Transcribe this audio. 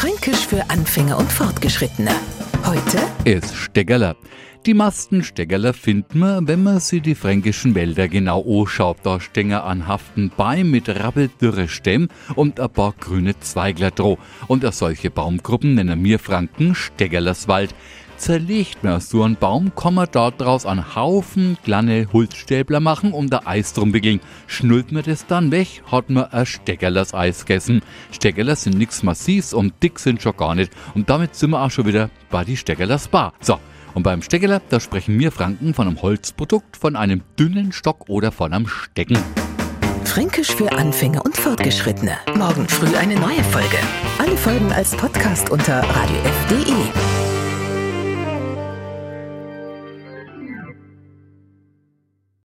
Fränkisch für Anfänger und Fortgeschrittene. Heute ist Steggerler. Die meisten Steggerler findet man, wenn man sich die fränkischen Wälder genau anschaut. Da stehen an haften Baum mit rabbeldürre Stämmen und ein paar grüne Zweigler droh. Und solche Baumgruppen nennen wir Franken Steggerlerswald. Zerlegt man so einen Baum, kann man dort draus einen Haufen kleine Holzstäbler machen und ein Eis drum wickeln. Schnullt man das dann weg, hat man ein Steggerlers Eis gegessen. Steggerler sind nix Massives und dick sind schon gar nicht. Und damit sind wir auch schon wieder bei die Steggerlers Bar. So, und beim Steggerler, da sprechen wir Franken von einem Holzprodukt, von einem dünnen Stock oder von einem Stecken. Fränkisch für Anfänger und Fortgeschrittene. Morgen früh eine neue Folge. Alle Folgen als Podcast unter radiof.de.